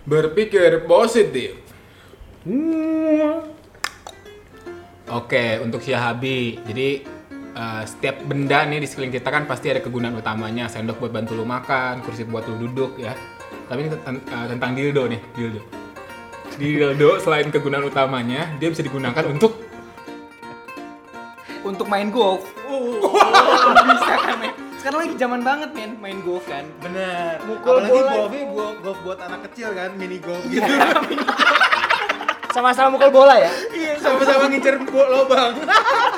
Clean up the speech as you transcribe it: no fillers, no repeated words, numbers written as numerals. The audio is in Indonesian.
Berpikir positif. Oke, untuk Syahabi. Jadi setiap benda nih di sekeliling kita kan pasti ada kegunaan utamanya. Sendok buat bantu lu makan, kursi buat lu duduk ya. Tapi ini tentang dildo nih, dildo. Dildo selain kegunaan utamanya, dia bisa digunakan untuk main golf. Bisa kan, men? Sekarang lagi zaman banget, men, main golf kan. Bener. Mukul Apalagi bola. golfnya golf buat anak kecil kan, mini golf gitu. Sama-sama mukul bola ya. Iya, sama-sama ngincer lubang.